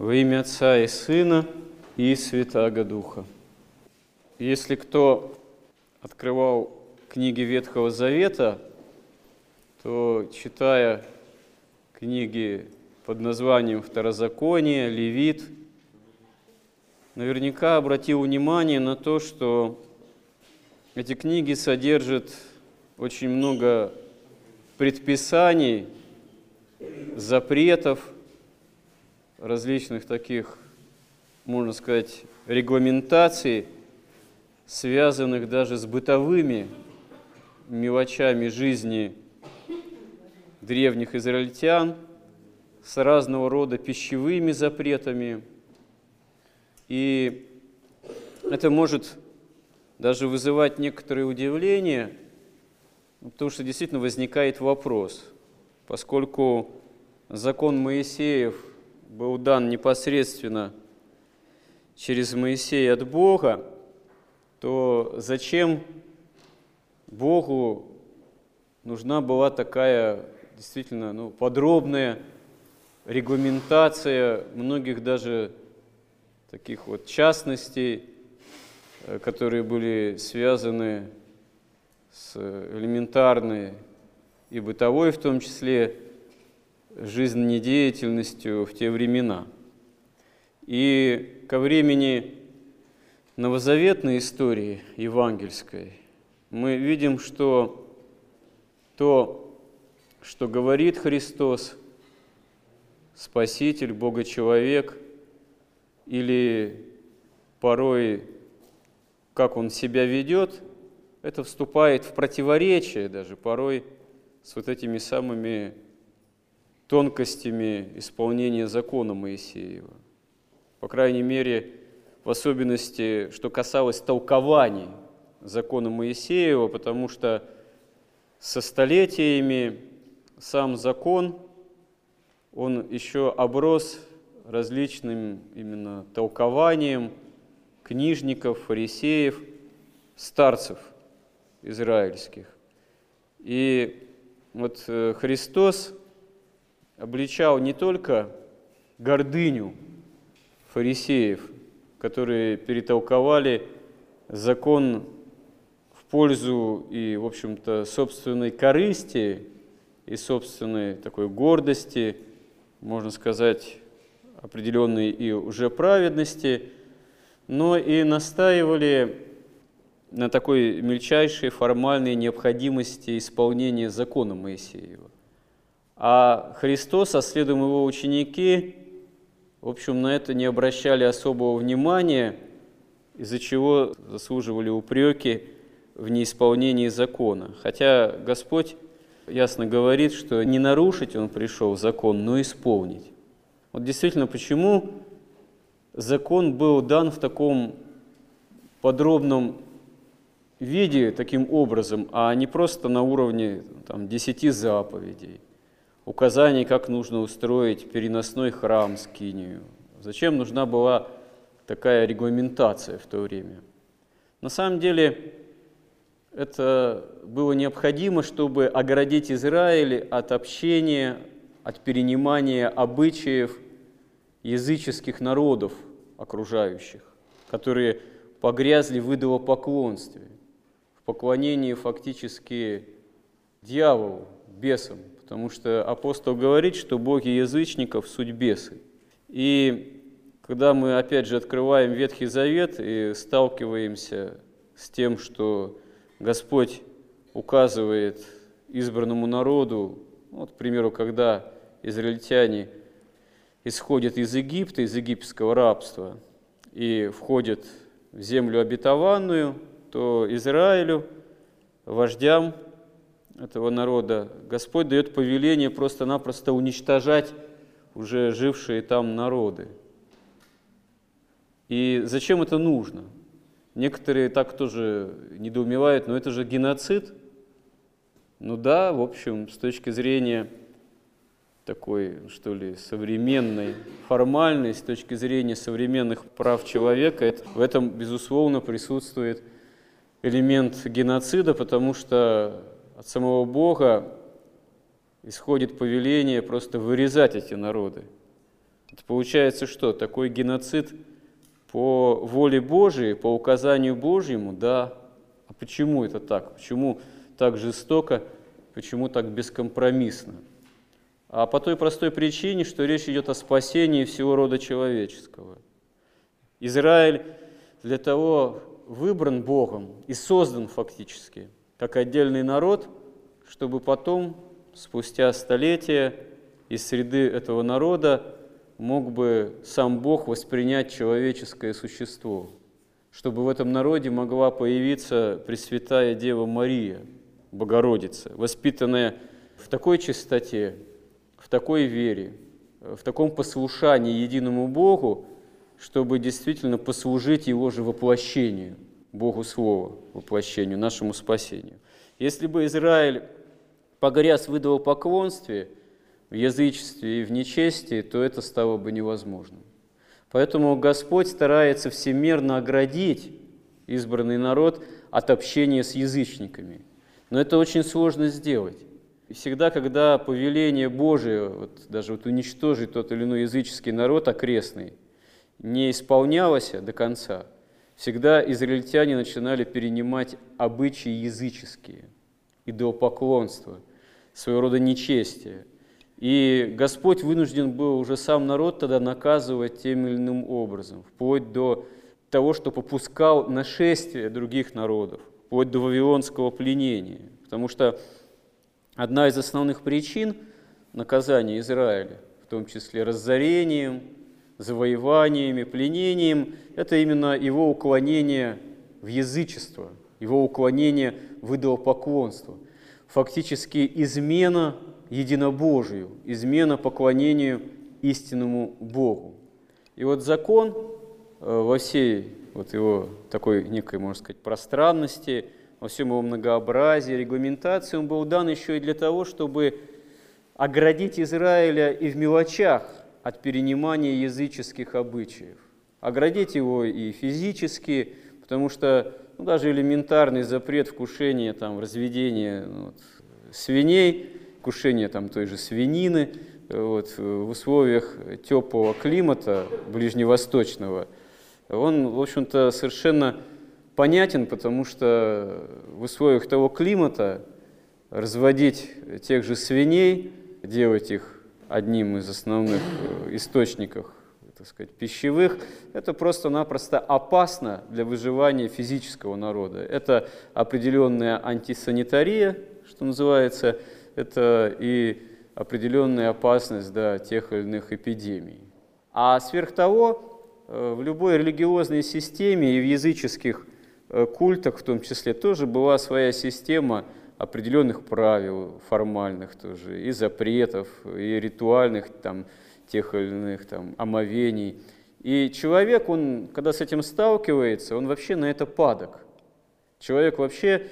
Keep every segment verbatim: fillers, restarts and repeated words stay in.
Во имя Отца и Сына и Святаго Духа. Если кто открывал книги Ветхого Завета, то, читая книги под названием Второзаконие, Левит, наверняка обратил внимание на то, что эти книги содержат очень много предписаний, запретов, различных таких, можно сказать, регламентаций, связанных даже с бытовыми мелочами жизни древних израильтян, с разного рода пищевыми запретами. И это может даже вызывать некоторое удивление, потому что действительно возникает вопрос, поскольку закон Моисеев был дан непосредственно через Моисея от Бога, то зачем Богу нужна была такая действительно ну, подробная регламентация многих даже таких вот частностей, которые были связаны с элементарной и бытовой, в том числе, жизнедеятельностью в те времена. И ко времени новозаветной истории евангельской мы видим, что то, что говорит Христос, Спаситель, Бога-человек, или порой как Он себя ведет, это вступает в противоречие даже порой с вот этими самыми тонкостями исполнения закона Моисеева. По крайней мере, в особенности, что касалось толкований закона Моисеева, потому что со столетиями сам закон, он еще оброс различным именно толкованием книжников, фарисеев, старцев израильских. И вот Христос обличал не только гордыню фарисеев, которые перетолковали закон в пользу и, в общем-то, собственной корысти и собственной такой гордости, можно сказать, определенной и уже праведности, но и настаивали на такой мельчайшей формальной необходимости исполнения закона Моисеева. А Христос, а следом его ученики, в общем, на это не обращали особого внимания, из-за чего заслуживали упреки в неисполнении закона. Хотя Господь ясно говорит, что не нарушить Он пришел закон, но исполнить. Вот действительно, почему закон был дан в таком подробном виде, таким образом, а не просто на уровне там, десяти заповедей, указаний, как нужно устроить переносной храм, скинию. Зачем нужна была такая регламентация в то время? На самом деле, это было необходимо, чтобы оградить Израиль от общения, от перенимания обычаев языческих народов окружающих, которые погрязли в идолопоклонстве, в поклонении фактически дьяволу, бесам, потому что апостол говорит, что боги язычников – суть бесы. И когда мы, опять же, открываем Ветхий Завет и сталкиваемся с тем, что Господь указывает избранному народу, вот, к примеру, когда израильтяне исходят из Египта, из египетского рабства, и входят в землю обетованную, то Израилю, вождям этого народа, Господь дает повеление просто-напросто уничтожать уже жившие там народы. И зачем это нужно? Некоторые так тоже недоумевают, но это же геноцид. Ну да, в общем, с точки зрения такой, что ли, современной, формальной, с точки зрения современных прав человека, это, в этом, безусловно, присутствует элемент геноцида, потому что от самого Бога исходит повеление просто вырезать эти народы. Это получается что? Такой геноцид по воле Божией, по указанию Божьему? Да. А почему это так? Почему так жестоко? Почему так бескомпромиссно? А по той простой причине, что речь идет о спасении всего рода человеческого. Израиль для того выбран Богом и создан фактически как отдельный народ, чтобы потом, спустя столетия, из среды этого народа мог бы сам Бог воспринять человеческое существо, чтобы в этом народе могла появиться Пресвятая Дева Мария, Богородица, воспитанная в такой чистоте, в такой вере, в таком послушании единому Богу, чтобы действительно послужить Его же воплощению, Богу Слова, воплощению, нашему спасению. Если бы Израиль погряз в идолопоклонстве, в язычестве и в нечестии, то это стало бы невозможным. Поэтому Господь старается всемерно оградить избранный народ от общения с язычниками. Но это очень сложно сделать. И всегда, когда повеление Божие, вот, даже вот уничтожить тот или иной языческий народ окрестный, не исполнялось до конца, всегда израильтяне начинали перенимать обычаи языческие, идолопоклонство, своего рода нечестие. И Господь вынужден был уже сам народ тогда наказывать тем или иным образом, вплоть до того, что попускал нашествие других народов, вплоть до вавилонского пленения. Потому что одна из основных причин наказания Израиля, в том числе разорением, завоеваниями, пленением, это именно его уклонение в язычество, его уклонение в идолопоклонство, фактически измена единобожию, измена поклонению истинному Богу. И вот закон во всей вот его такой некой, можно сказать, пространности, во всем его многообразии, регламентации, он был дан еще и для того, чтобы оградить Израиля и в мелочах от перенимания языческих обычаев. Оградить его и физически, потому что ну, даже элементарный запрет вкушения, там, разведения ну, вот, свиней, вкушения там, той же свинины вот, в условиях теплого климата ближневосточного, он, в общем-то, совершенно понятен, потому что в условиях того климата разводить тех же свиней, делать их одним из основных источников, так сказать, пищевых, это просто-напросто опасно для выживания физического народа. Это определенная антисанитария, что называется, это и определенная опасность да, тех или иных эпидемий. А сверх того, в любой религиозной системе и в языческих культах в том числе тоже была своя система определенных правил формальных тоже, и запретов, и ритуальных там, тех или иных там, омовений. И человек, он, когда с этим сталкивается, он вообще на это падок. Человек вообще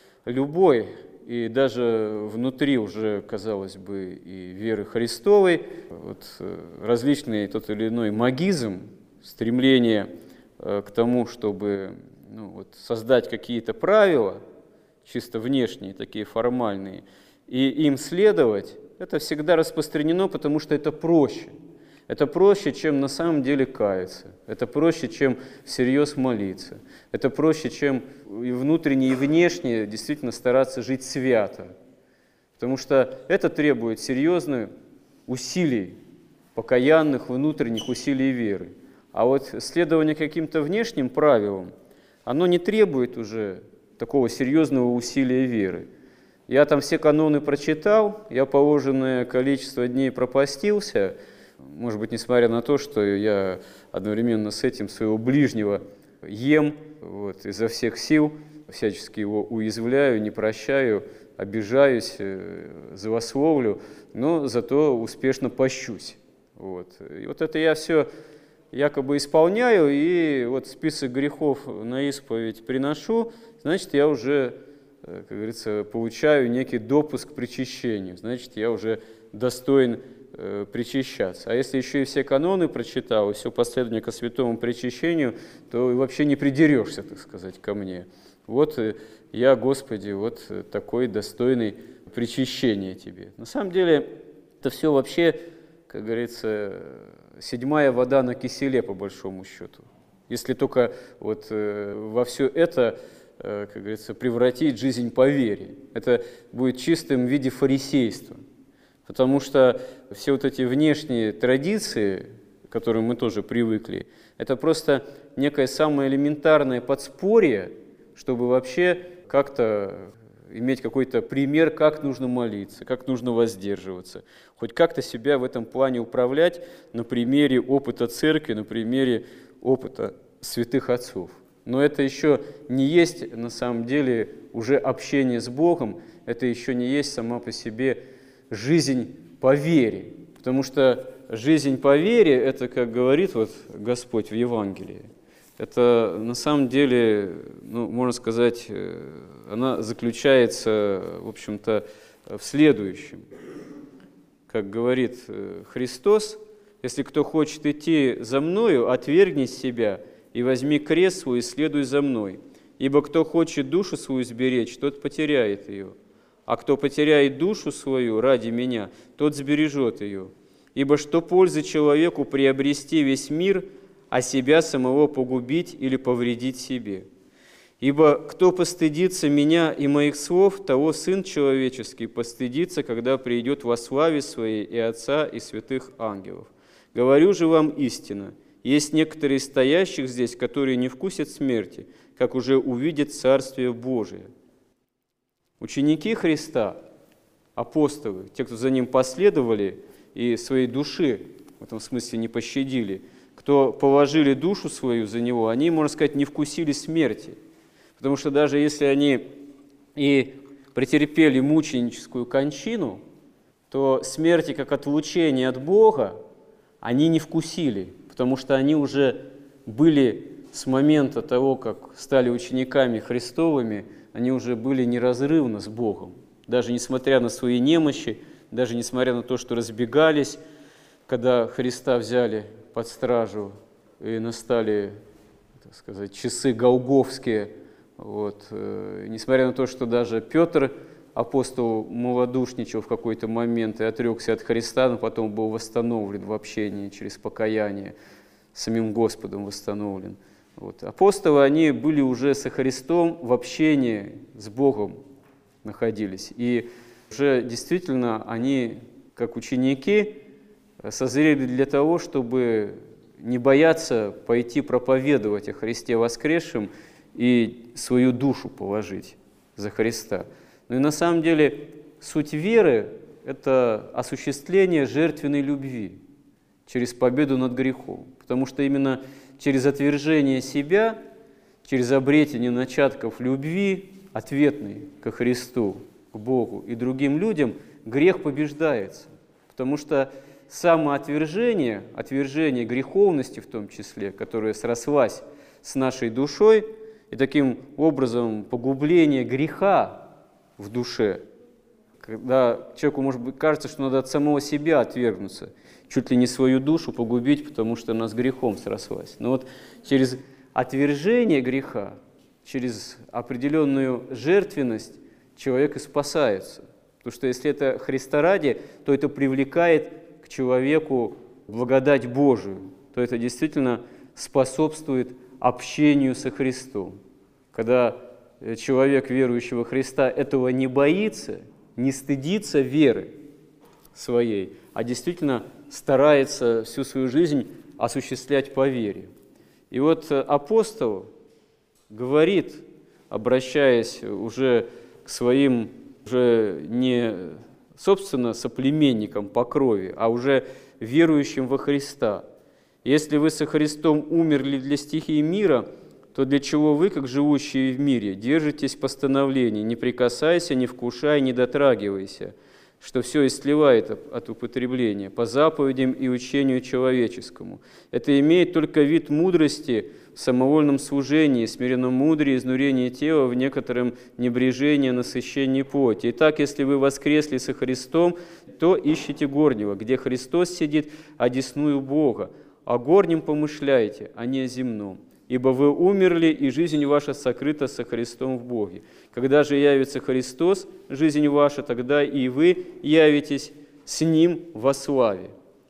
любой, и даже внутри уже, казалось бы, и веры Христовой, вот, различный тот или иной магизм, стремление к тому, чтобы ну, вот, создать какие-то правила, чисто внешние, такие формальные, и им следовать, это всегда распространено, потому что это проще. Это проще, чем на самом деле каяться. Это проще, чем всерьез молиться. Это проще, чем и внутренне, и внешне действительно стараться жить свято. Потому что это требует серьезных усилий, покаянных внутренних усилий веры. А вот следование каким-то внешним правилам, оно не требует уже такого серьезного усилия веры. Я там все каноны прочитал, я положенное количество дней пропастился, может быть, несмотря на то, что я одновременно с этим своего ближнего ем вот, изо всех сил, всячески его уязвляю, не прощаю, обижаюсь, злословлю, но зато успешно пощусь. Вот. И вот это я все якобы исполняю, и вот список грехов на исповедь приношу, значит, я уже, как говорится, получаю некий допуск к причащению, значит, я уже достоин э, причащаться. А если еще и все каноны прочитал, и все последование ко святому причащению, то вообще не придерешься, так сказать, ко мне. Вот я, Господи, вот такой достойный причащения тебе. На самом деле, это все вообще как говорится, седьмая вода на киселе, по большому счету. Если только вот э, во все это, э, как говорится, превратить жизнь по вере. Это будет в чистом виде фарисейства. Потому что все вот эти внешние традиции, к которым мы тоже привыкли, это просто некое самое элементарное подспорье, чтобы вообще как-то иметь какой-то пример, как нужно молиться, как нужно воздерживаться, хоть как-то себя в этом плане управлять на примере опыта церкви, на примере опыта святых отцов. Но это еще не есть на самом деле уже общение с Богом, это еще не есть сама по себе жизнь по вере, потому что жизнь по вере, это, как говорит вот Господь в Евангелии, это на самом деле, ну, можно сказать, она заключается, в общем-то, в следующем. Как говорит Христос, если кто хочет идти за Мною, отвергни себя и возьми крест свой и следуй за Мной. Ибо кто хочет душу свою сберечь, тот потеряет ее. А кто потеряет душу свою ради Меня, тот сбережет ее. Ибо что пользы человеку приобрести весь мир, а себя самого погубить или повредить себе? Ибо кто постыдится Меня и Моих слов, того Сын Человеческий постыдится, когда придет во славе Своей и Отца, и святых ангелов. Говорю же вам истинно, есть некоторые стоящих здесь, которые не вкусят смерти, как уже увидят Царствие Божие. Ученики Христа, апостолы, те, кто за Ним последовали и своей души в этом смысле не пощадили, кто положили душу свою за Него, они, можно сказать, не вкусили смерти. Потому что даже если они и претерпели мученическую кончину, то смерти как отлучение от Бога они не вкусили, потому что они уже были с момента того, как стали учениками Христовыми, они уже были неразрывно с Богом. Даже несмотря на свои немощи, даже несмотря на то, что разбегались, когда Христа взяли под стражу и настали, так сказать, часы голгофские, вот, э, несмотря на то, что даже Петр, апостол, малодушничал в какой-то момент и отрекся от Христа, но потом был восстановлен в общении через покаяние, самим Господом восстановлен. Вот. Апостолы, они были уже со Христом в общении с Богом находились. И уже действительно они, как ученики, созрели для того, чтобы не бояться пойти проповедовать о Христе воскресшем и свою душу положить за Христа. Но и на самом деле суть веры – это осуществление жертвенной любви через победу над грехом. Потому что именно через отвержение себя, через обретение начатков любви, ответной ко Христу, к Богу и другим людям, грех побеждается. Потому что самоотвержение, отвержение греховности в том числе, которая срослась с нашей душой, и таким образом погубление греха в душе, когда человеку, может быть, кажется, что надо от самого себя отвергнуться, чуть ли не свою душу погубить, потому что она с грехом срослась. Но вот через отвержение греха, через определенную жертвенность человек и спасается. Потому что если это Христа ради, то это привлекает к человеку благодать Божию, то это действительно способствует общению со Христом. Когда человек, верующий во Христа, этого не боится, не стыдится веры своей, а действительно старается всю свою жизнь осуществлять по вере. И вот апостол говорит, обращаясь уже к своим, уже не собственно соплеменникам по крови, а уже верующим во Христа: «Если вы со Христом умерли для стихии мира, то для чего вы, как живущие в мире, держитесь постановлений: не прикасайся, не вкушай, не дотрагивайся, что все истлевает от употребления, по заповедям и учению человеческому. Это имеет только вид мудрости в самовольном служении, смиренном мудрее, изнурении тела, в некотором небрежении, насыщении плоти. Итак, если вы воскресли со Христом, то ищите горнего, где Христос сидит одесную Бога. О горнем помышляйте, а не о земном. Ибо вы умерли, и жизнь ваша сокрыта со Христом в Боге. Когда же явится Христос, жизнь ваша, тогда и вы явитесь с Ним во славе».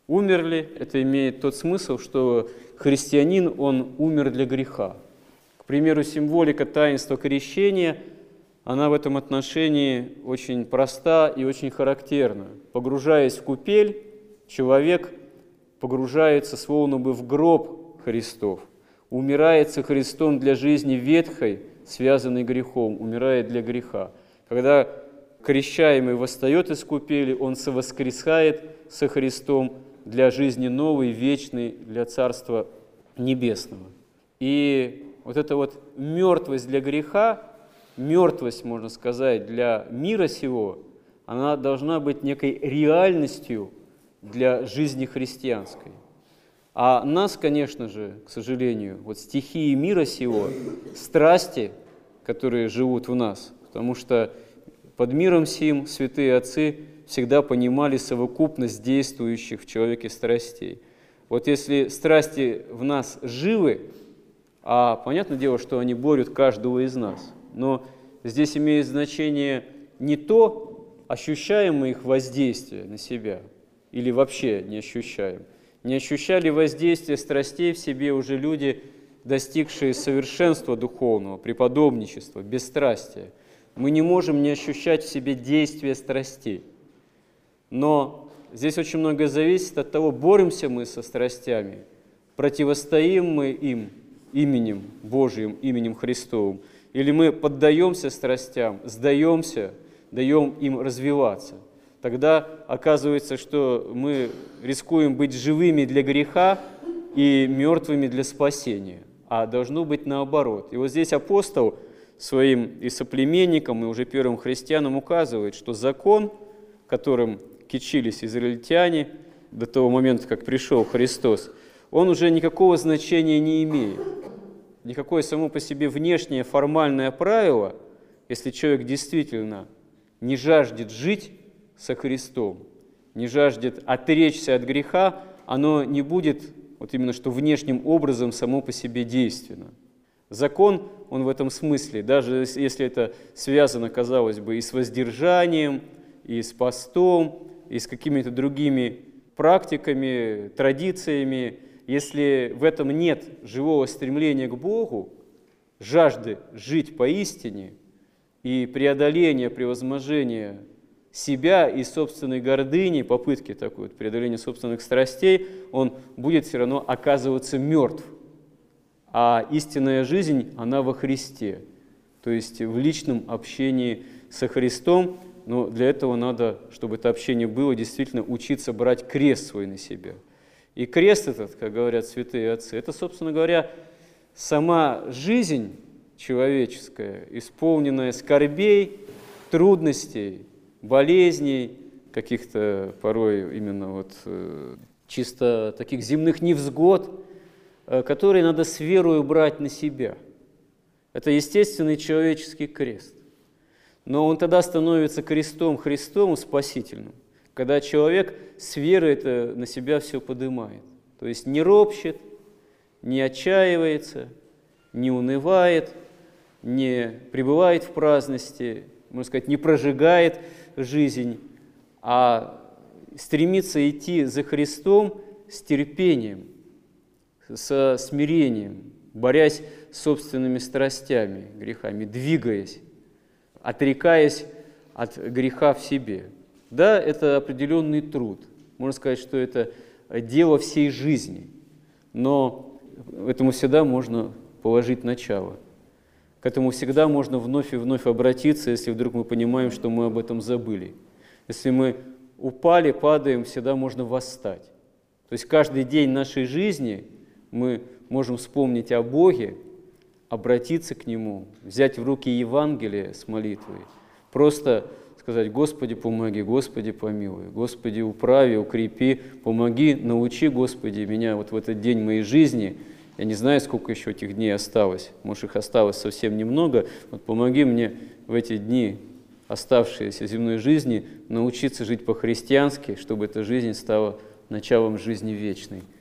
Умерли – это имеет тот смысл, что христианин, он умер для греха. К примеру, символика таинства крещения, она в этом отношении очень проста и очень характерна. Погружаясь в купель, человек погружается словно бы в гроб Христов, умирает со Христом для жизни ветхой, связанной грехом, умирает для греха. Когда крещаемый восстает из купели, он совоскресает со Христом для жизни новой, вечной, для Царства Небесного. И вот эта вот мертвость для греха, мертвость, можно сказать, для мира сего, она должна быть некой реальностью для жизни христианской. А нас, конечно же, к сожалению, вот стихии мира сего, страсти, которые живут в нас, потому что под миром сим святые отцы всегда понимали совокупность действующих в человеке страстей. Вот если страсти в нас живы, а понятное дело, что они борют каждого из нас, но здесь имеет значение не то, ощущаем мы их воздействие на себя, или вообще не ощущаем. Не ощущали воздействие страстей в себе уже люди, достигшие совершенства духовного, преподобничества, бесстрастия. Мы не можем не ощущать в себе действия страстей. Но здесь очень многое зависит от того, боремся мы со страстями, противостоим мы им именем Божьим, именем Христовым, или мы поддаемся страстям, сдаемся, даем им развиваться. Тогда оказывается, что мы рискуем быть живыми для греха и мертвыми для спасения, а должно быть наоборот. И вот здесь апостол своим и соплеменникам, и уже первым христианам указывает, что закон, которым кичились израильтяне до того момента, как пришел Христос, он уже никакого значения не имеет. Никакое само по себе внешнее формальное правило, если человек действительно не жаждет жить со Христом, не жаждет отречься от греха, оно не будет вот именно что внешним образом само по себе действенно. Закон, он в этом смысле, даже если это связано, казалось бы, и с воздержанием, и с постом, и с какими-то другими практиками, традициями, если в этом нет живого стремления к Богу, жажды жить поистине и преодоления, превозможения себя и собственной гордыни, попытки такой вот преодоления собственных страстей, он будет все равно оказываться мертв. А истинная жизнь, она во Христе, то есть в личном общении со Христом. Но для этого надо, чтобы это общение было, действительно учиться брать крест свой на себя. И крест этот, как говорят святые отцы, это, собственно говоря, сама жизнь человеческая, исполненная скорбей, трудностей, болезней, каких-то порой именно вот чисто таких земных невзгод, которые надо с верою брать на себя. Это естественный человеческий крест. Но он тогда становится крестом Христом спасительным, когда человек с верой это на себя все поднимает. То есть не ропщет, не отчаивается, не унывает, не пребывает в праздности, можно сказать, не прожигает жизнь, а стремится идти за Христом с терпением, со смирением, борясь с собственными страстями, грехами, двигаясь, отрекаясь от греха в себе. Да, это определенный труд. Можно сказать, что это дело всей жизни, но этому всегда можно положить начало. К этому всегда можно вновь и вновь обратиться, если вдруг мы понимаем, что мы об этом забыли. Если мы упали, падаем, всегда можно восстать. То есть каждый день нашей жизни мы можем вспомнить о Боге, обратиться к Нему, взять в руки Евангелие с молитвой, просто сказать: «Господи, помоги, Господи, помилуй, Господи, управи, укрепи, помоги, научи, Господи, меня вот в этот день моей жизни». Я не знаю, сколько еще этих дней осталось, может, их осталось совсем немного. Вот помоги мне в эти дни, оставшиеся земной жизни, научиться жить по-христиански, чтобы эта жизнь стала началом жизни вечной.